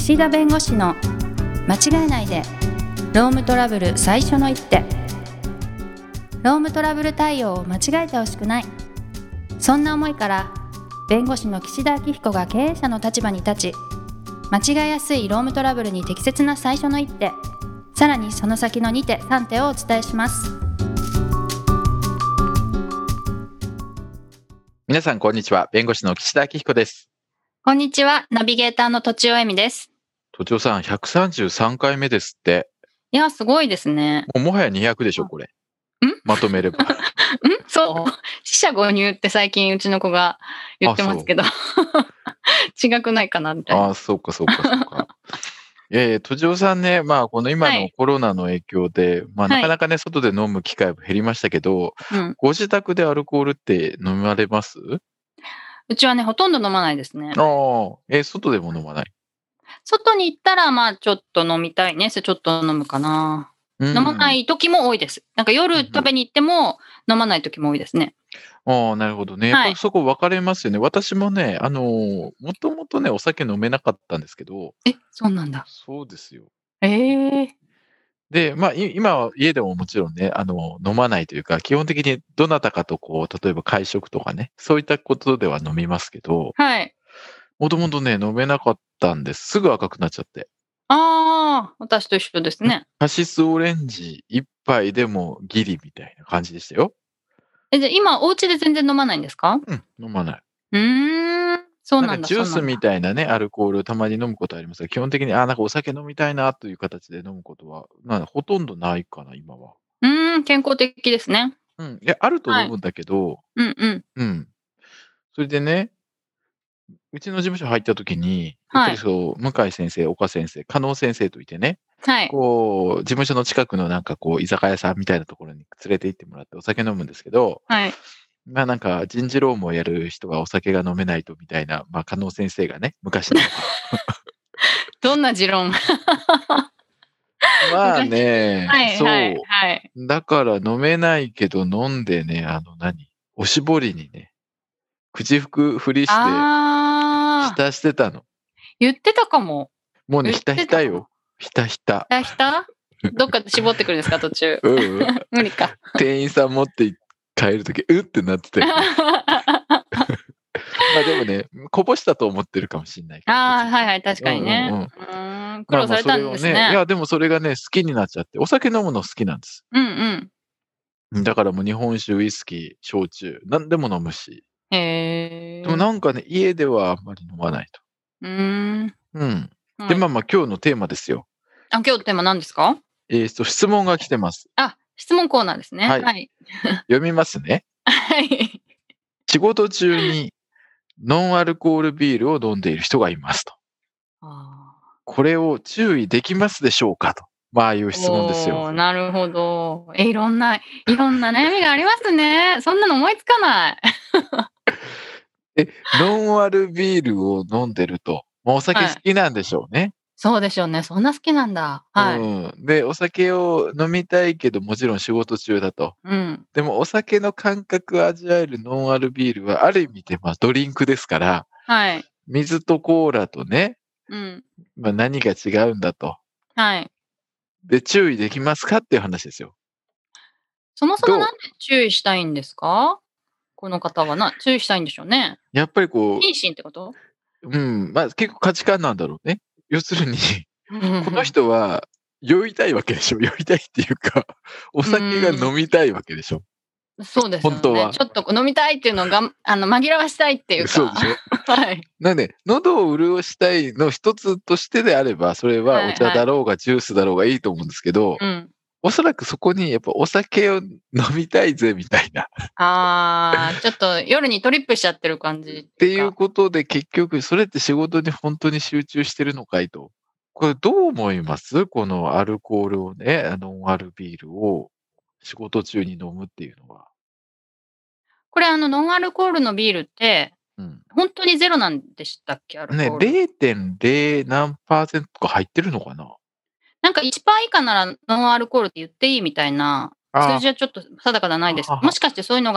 岸田弁護士の間違えないでロームトラブル最初の一手。ロームトラブル対応を間違えてほしくない、そんな思いから弁護士の岸田明彦が経営者の立場に立ち、間違えやすいロームトラブルに適切な最初の一手、さらにその先の2手3手をお伝えします。 皆さんこんにちは。弁護士の岸田明彦です。 こんにちは。ナビゲーターのとちおえみです。 とちおさん、133回目ですって。 いや、すごいですね。 もはや200でしょ、これ。まとめれば。 そう。四捨五入って最近うちの子が言ってますけど。違くないかなみたいな。 そうか。とちおさんね、この今のコロナの影響で、なかなかね、外で飲む機会も減りましたけど、ご自宅でアルコールって飲まれます？ うちはね、ほとんど飲まないですね。 外でも飲まない？ 外に行ったら、ちょっと飲みたいね。ちょっと飲むかな。飲まない時も多いです。なんか夜食べに行っても飲まない時も多いですね。 なるほどね。やっぱりそこ分かれますよね。私もね、もともとね、お酒飲めなかったんですけど。 そうなんだ。 そうですよ。 で、 今は家でももちろんね、飲まないというか、基本的にどなたかと例えば会食とかね、そういったことでは飲みますけど、もともとね、飲めなかったんです。すぐ赤くなっちゃって。 私と一緒ですね。 カシスオレンジ1杯でもギリみたいな感じでしたよ。 じゃあ今、お家で全然飲まないんですか？ 飲まない。 そうなんだ。 ジュースみたいなね、アルコールをたまに飲むことありますが、基本的に、なんかお酒飲みたいなという形で飲むことは、ほとんどないかな、今は。 健康的ですね。 いや、あると飲むんだけど、それでね、うちの事務所入った時に、やっぱり向井先生、岡先生、加納先生といてね、事務所の近くの居酒屋さんみたいなところに連れて行ってもらってお酒飲むんですけど、なんか人事労務をやる人がお酒が飲めないとみたいな、加納先生がね、昔の。 どんな持論？ そう。だから飲めないけど飲んでね、おしぼりにね、口ふりして、浸してたの。 言ってたかも。 もうね、ひたひたよ。ひたひた。 どっかで絞ってくるんですか、途中。無理か。 店員さん持って帰るとき、ってなってたよね。でもね、こぼしたと思ってるかもしれないけど。 確かにね。苦労されたんですね。 いや、でもそれがね、好きになっちゃって、お酒飲むの好きなんです。だからもう日本酒、ウイスキー、焼酎、何でも飲むし。でもなんかね、家ではあんまり飲まないと。で、今日のテーマですよ。 今日のテーマ何ですか？ 質問が来てます。 質問コーナーですね。 読みますね。仕事中にノンアルコールビールを飲んでいる人がいますと。これを注意できますでしょうかと。いう質問ですよ。 なるほど。いろんな悩みがありますね。そんなの思いつかない。 ノンアルビールを飲んでると、お酒好きなんでしょうね。 そうでしょうね。そんな好きなんだ。 で、お酒を飲みたいけど、もちろん仕事中だと。でも、お酒の感覚を味わえるノンアルビールは、ある意味でドリンクですから、水とコーラとね、何が違うんだと。で、注意できますかっていう話ですよ。 そもそもなんで注意したいんですか？この方は注意したいんでしょうね。 やっぱり心身ってこと？ 結構価値観なんだろうね。要するに、この人は酔いたいわけでしょ。酔いたいっていうか、お酒が飲みたいわけでしょ。 そうですよね。 本当は。 ちょっと飲みたいっていうのが、紛らわしたいっていうか。 そうでしょ。なんで、喉を潤したいの一つとしてであれば、それはお茶だろうがジュースだろうがいいと思うんですけど、おそらくそこにやっぱお酒を飲みたいぜみたいな。 ちょっと夜にトリップしちゃってる感じっていうことで結局それって仕事に本当に集中してるのかいと。これどう思います？このアルコールをね、ノンアルビールを仕事中に飲むっていうのは。 これノンアルコールのビールって、本当にゼロなんでしたっけ？アルコール。 0.0 何%とか入ってるのかな？ なんか1%以下ならノンアルコールって言っていいみたいな数字はちょっと定かじゃないです。もしかしてそういうのが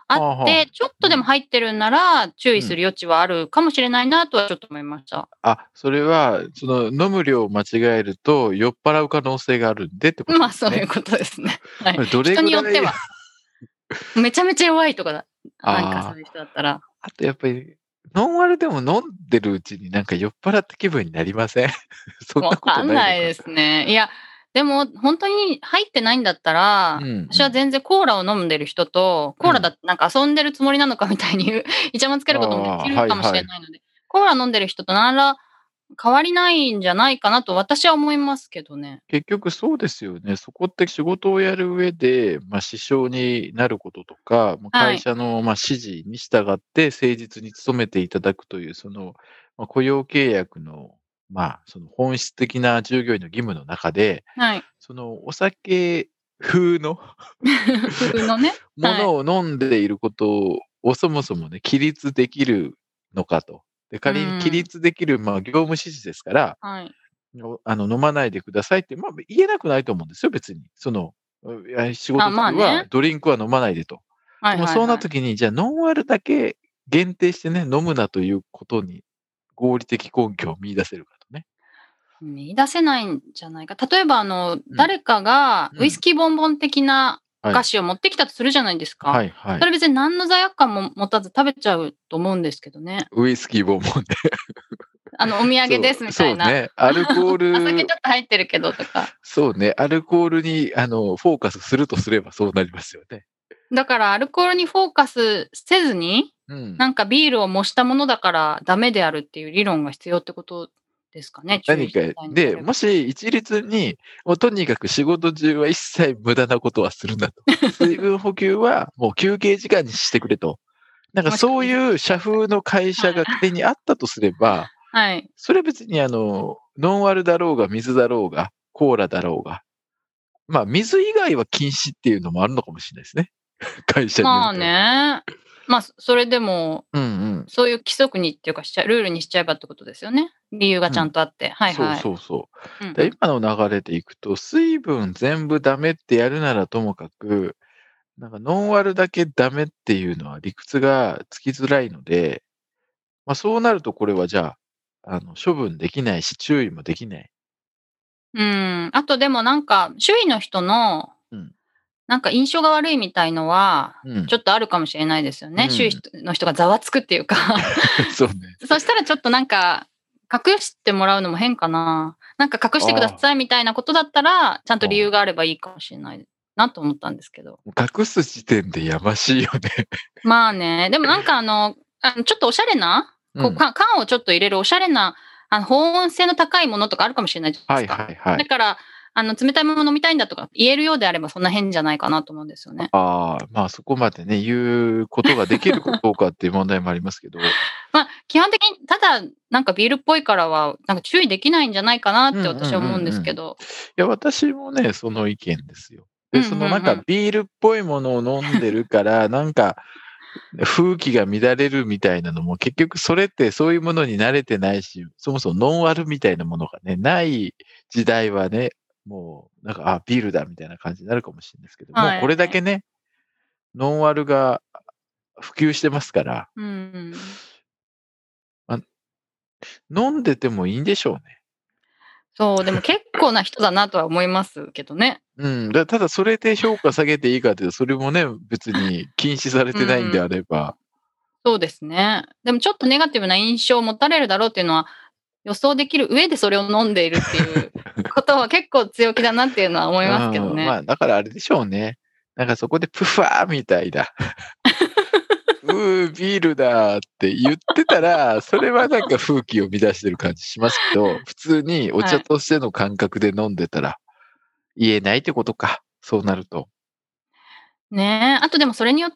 あって、ちょっとでも入ってるんなら、注意する余地はあるかもしれないなとはちょっと思いました。 それは、飲む量を間違えると、酔っ払う可能性があるんでってことですね。 そういうことですね。はい。 どれ人ぐらいによっては。めちゃめちゃ弱いとかなんかそういう人だったら。 あとやっぱり、ノンアルでも飲んでるうちになんか酔っ払った気分になりません？そんなことわかんないのか。 ないですね。いや、でも本当に入ってないんだったら、私は全然コーラを飲んでる人と、コーラだってなんか遊んでるつもりなのかみたいにイチャモンつけることもできるかもしれないので、コーラ飲んでる人と何ら変わりないんじゃないかなと私は思いますけどね。 結局そうですよね。そこって仕事をやる上で、支障になることとか、会社の指示に従って誠実に努めていただくという、雇用契約の、その本質的な従業員の義務の中で、お酒風の風のね。 ものを飲んでいることをそもそもね、規律できるのかと。で、仮に規律できる、業務指示ですから、飲まないでくださいって、言えなくないと思うんですよ、別に。仕事中はドリンクは飲まないでと。でもそうな時に、じゃあノンアルだけ限定してね、飲むなということに合理的根拠を見出せるかとね。 見出せないんじゃないか。例えば誰かがウイスキーボンボン的なお菓子を持ってきたとするじゃないですか。それ別に何の罪悪感も持たず食べちゃうと思うんですけどね。 ウイスキーボンボンで。 お土産ですみたいな。 そうね。アルコール。 お酒ちょっと入ってるけどとか。 そうね。アルコールに、フォーカスするとすればそうなりますよね。 だからアルコールにフォーカスせずに、なんかビールを模したものだからダメであるっていう理論が必要ってことですかね。 何か、で、もし一律に、とにかく仕事中は一切無駄なことはするなと。水分補給はもう休憩時間にしてくれと。なんかそういう社風の会社が仮にあったとすれば、それは別にノンアルだろうが水だろうが、コーラだろうが、水以外は禁止っていうのもあるのかもしれないですね。会社によっては。 それでも、そういう規則にっていうかルールにしちゃえばってことですよね。理由がちゃんとあって。 そう。今の流れでいくと、水分全部ダメってやるならともかく、なんかノンアルだけダメっていうのは理屈がつきづらいので、そうなるとこれはじゃあ、処分できないし、注意もできない。 あとでもなんか、周囲の人の、なんか印象が悪いみたいのは、ちょっとあるかもしれないですよね。周囲の人がざわつくっていうか。 そうね。 そしたらちょっとなんか、隠してもらうのも変かな。なんか隠してくださいみたいなことだったら、ちゃんと理由があればいいかもしれないなと思ったんですけど。 隠す時点でやましいよね。 でもなんかちょっとおしゃれな、缶をちょっと入れるおしゃれな、保温性の高いものとかあるかもしれないじゃないですか。だから、冷たいもの飲みたいんだとか言えるようであればそんな変じゃないかなと思うんですよね。 そこまでね、言うことができるかどうかっていう問題もありますけど。 基本的に、ただ、なんかビールっぽいからは、なんか注意できないんじゃないかなって私は思うんですけど。 いや、私もね、その意見ですよ。で、なんかビールっぽいものを飲んでるから、なんか、風紀が乱れるみたいなのも、結局それってそういうものに慣れてないし、そもそもノンアルみたいなものがね、ない時代はね、もう、なんか、ビールだみたいな感じになるかもしれないですけど、もうこれだけね、ノンアルが普及してますから、飲んでてもいいんでしょうね。 そう、でも結構な人だなとは思いますけどね。 ただそれで評価下げていいかというと、それもね、別に禁止されてないんであれば。 そうですね。でもちょっとネガティブな印象を持たれるだろうっていうのは、予想できる上でそれを飲んでいるっていうことは結構強気だなっていうのは思いますけどね。 だからあれでしょうね。なんかそこでプファーみたいな。ビールだって言ってたら、それはなんか風紀を乱してる感じしますけど、普通にお茶としての感覚で飲んでたら、言えないってことか。そうなると。 あとでもそれによって、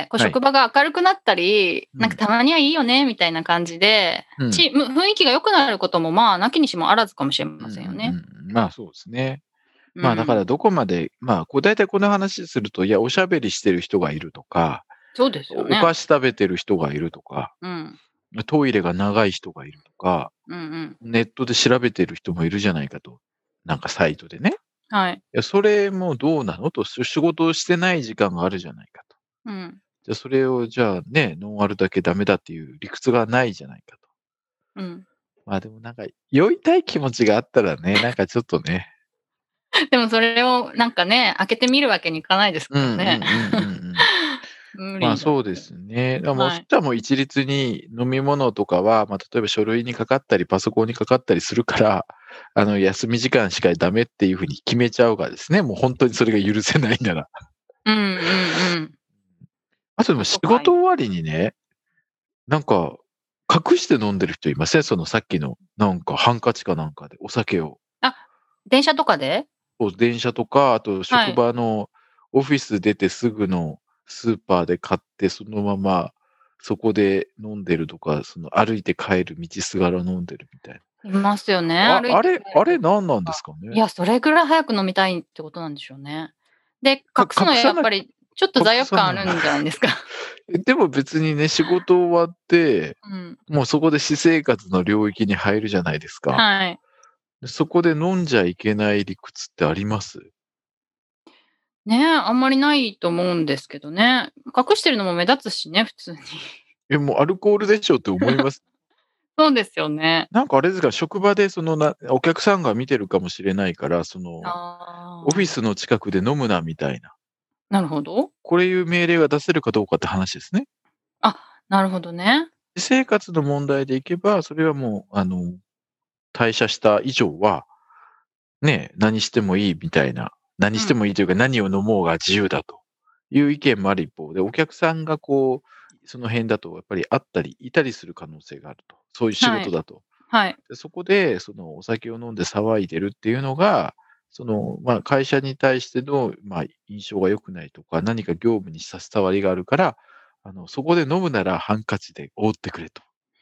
職場が明るくなったり、なんかたまにはいいよねみたいな感じで、雰囲気が良くなることもなきにしもあらずかもしれませんよね。 そうですね。だからどこまで、大体この話すると、いや、おしゃべりしてる人がいるとか、 そうですよね。 お菓子食べてる人がいるとか、トイレが長い人がいるとか、ネットで調べてる人もいるじゃないかと。なんかサイトでね。いや、それもどうなのと、仕事をしてない時間があるじゃないかと。 じゃあそれをじゃあね、ノンアルだけダメだっていう理屈がないじゃないかと。 うん。 まあでもなんか、酔いたい気持ちがあったらね、なんかちょっとね。 でもそれをなんかね、開けてみるわけにいかないですからね。無まあ理だって。 そうですね。もうはい。 そしたらもう一律に飲み物とかは、まあ例えば書類にかかったりパソコンにかかったりするから、休み時間しかダメっていうふうに決めちゃうがですね、もう本当にそれが許せないなら。 うんうんうん。 あとでも仕あと事終わりにね、なんか、隠して飲んでる人いません？そのさっきの、なんかハンカチかなんかでお酒を。 あ、電車とかで？ 電車とか、あと職はい。 場のオフィス出てすぐのスーパーで買って、そのままそこで飲んでるとか、その歩いて帰る道すがら飲んでるみたいいますよね、 な。 歩いて帰あれる時何なんですとか。 かね？ いや、それぐらい早く飲みたいってことなんでしょうね。で、隠すのは隠さなやっぱりちょっと罪悪感あ隠さなるんじゃないですか。 でも別にね、仕事終わって、 うん。 もうそこで私生活の領域に入るじゃないですか。 はい。 そこで飲んじゃいけない理屈ってあります？ ね、あんまりないと思うんですけどね。隠してるのも目立つしね、普通に。 もうアルコールでしょって思います。 そうですよね。 なんかあれですか、職場でお客さんが見てるかもしれないから、オフィああ、 スの近くで飲むなみたいな、 なるほど。 これいう命令が出せるかどうかって話ですね。 あ、なるほどね。 私生活の問題でいけば、それはもう、退社した以上は、ね、何してもいいみたいな、何してうん。 もいいというか、何を飲もうが自由だという意見もある一方で、お客さんがこう、その辺だとやっぱりあったり、いたりする可能性があると。そういう仕はい。 事だと。 はい。 で、そこで、お酒を飲んで騒いでるっていうのが、まあ、会社に対しての、まあ、印象が良くないとか、何か業務に差し障りがあるから、そこで飲むならハンカチで覆ってくれと。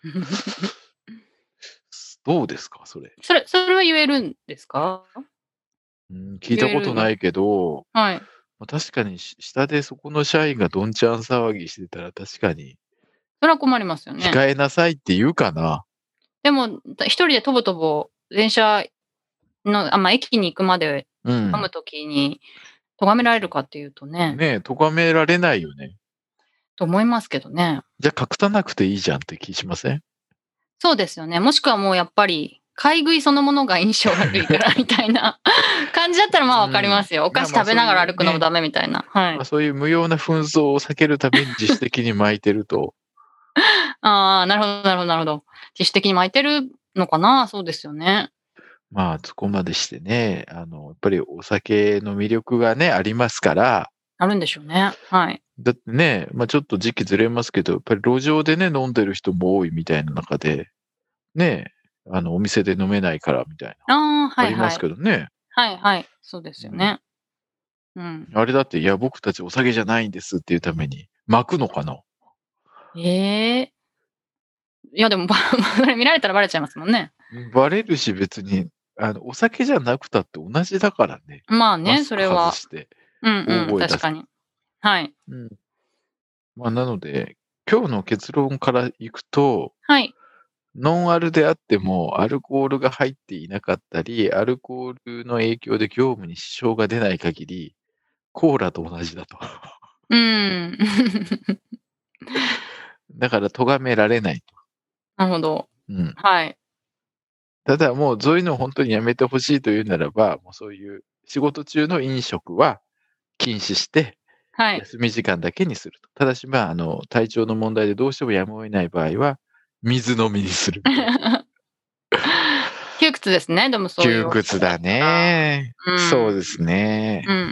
どうですか？それ。 それは言えるんですか？ 聞いた言えるわけ。 ことないけど、 はい。 ま、確かに下でそこの社員がどんちゃん騒ぎしてたら確かに、 それは困りますよね。 控えなさいって言うかな？ でも、一人でとぼとぼ電車の、駅に行くまでうん。 飲む時に咎められるかっていうとね、 ねえ、咎められないよね。 と思いますけどね。 じゃ、隠さなくていいじゃんって気しません？ そうですよね。もしくはもうやっぱり、買い食いそのものが印象悪いからみたいな感じだったら、分かりますよ。おいや、 菓子ま、そう食べながらいうね、 歩くのもダメみたいな。はい。 そういう無用な紛争を避けるために自主的に巻いてると、 ああ、なるほどなるほどなるほど。自主的に巻いてるのかな、そうですよね。 まあ、そこまでしてね、やっぱりお酒の魅力がね、ありますから、 あるんでしょうね。はい。 だってね、ま、ちょっと時期ずれますけど、やっぱり路上でね、飲んでる人も多いみたいな中で、ね、お店で飲めないからみたいな、 ああ、 ありますはいはい。 けどね。 はいはい。そうですうん。 よね。うん。 あれだって、いや、僕たちお酒じゃないんですっていうために巻くのかな？ ええ。いやでも、それ見られたらバレちゃいますもんね。 バレるし、別に、お酒じゃなくたって同じだからね。 まあね、 マスク外それは。 して、 うんうん、 大声出す。 確かに。はい。 うん。まあ、なので、今日の結論からいくと、 はい。 ノンアルであっても、アルコールが入っていなかったり、アルコールの影響で業務に支障が出ない限り、コーラと同じだと。 うーん。 だから咎められないと。 なるほど。 うん。 はい。 ただもうそういうのを本当にやめてほしいというならば、もうそういう仕事中の飲食は禁止して、 はい。 休み時間だけにすると。ただし、まあ、体調の問題でどうしてもやむを得ない場合は、水飲みにするみたいな。 窮屈ですね、でもそういう窮お店だっ屈だたら。 ね。 うん。 そうですね。 うんうん。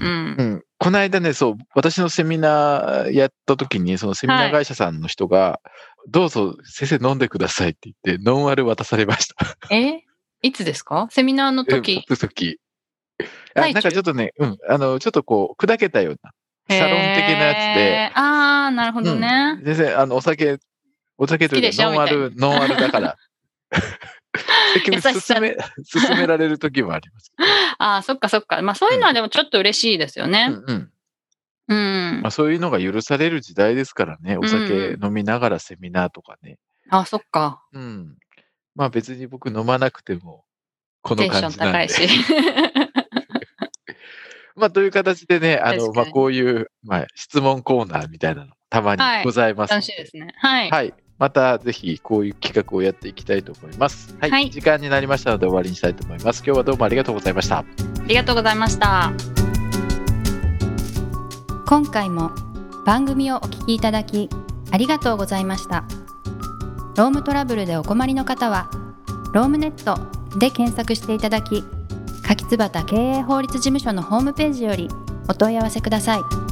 うん。こないだね、そう、私のセミナーやった時に、そのセミナーはい。 会社さんの人が、どうぞ先生飲んでくださいって言って、ノンアル渡されました。 え？いつですか？セミナーの時、 時。なんかち最中？ ょっとね、ちょっとこう、砕けたような、 へサロン的なやつで、 え。ああ、なるほどね。 先生、お酒というか、 好きでしょみたいな。 ノンアルだから、結優局しさ。 勧められる時もありますけど。 ああ、そっかそっか。そういうのはでもちょっと嬉しいですよね。 うんうん。 うん。 ま、そういうのが許される時代ですからね、おうんうん。 酒飲みながらセミナーとかね。 あ、そっか。 うん。ま、別に僕飲まなくても、このテンション感じなんで。 高いし。 ま、という形でね、 確かに。 こういう、質問コーナーみたいなのたまにございます。 楽しいですね。はい。 はい。またぜひこういう企画をやっていきたいと思います。はい。時間になりましたので終わりにしたいと思います。今日はどうもありがとうございました。 ありがとうございました。今回も番組をお聞きいただきありがとうございました。ロームトラブルでお困りの方はロームネットで検索していただき、柿椿経営法律事務所のホームページよりお問い合わせください。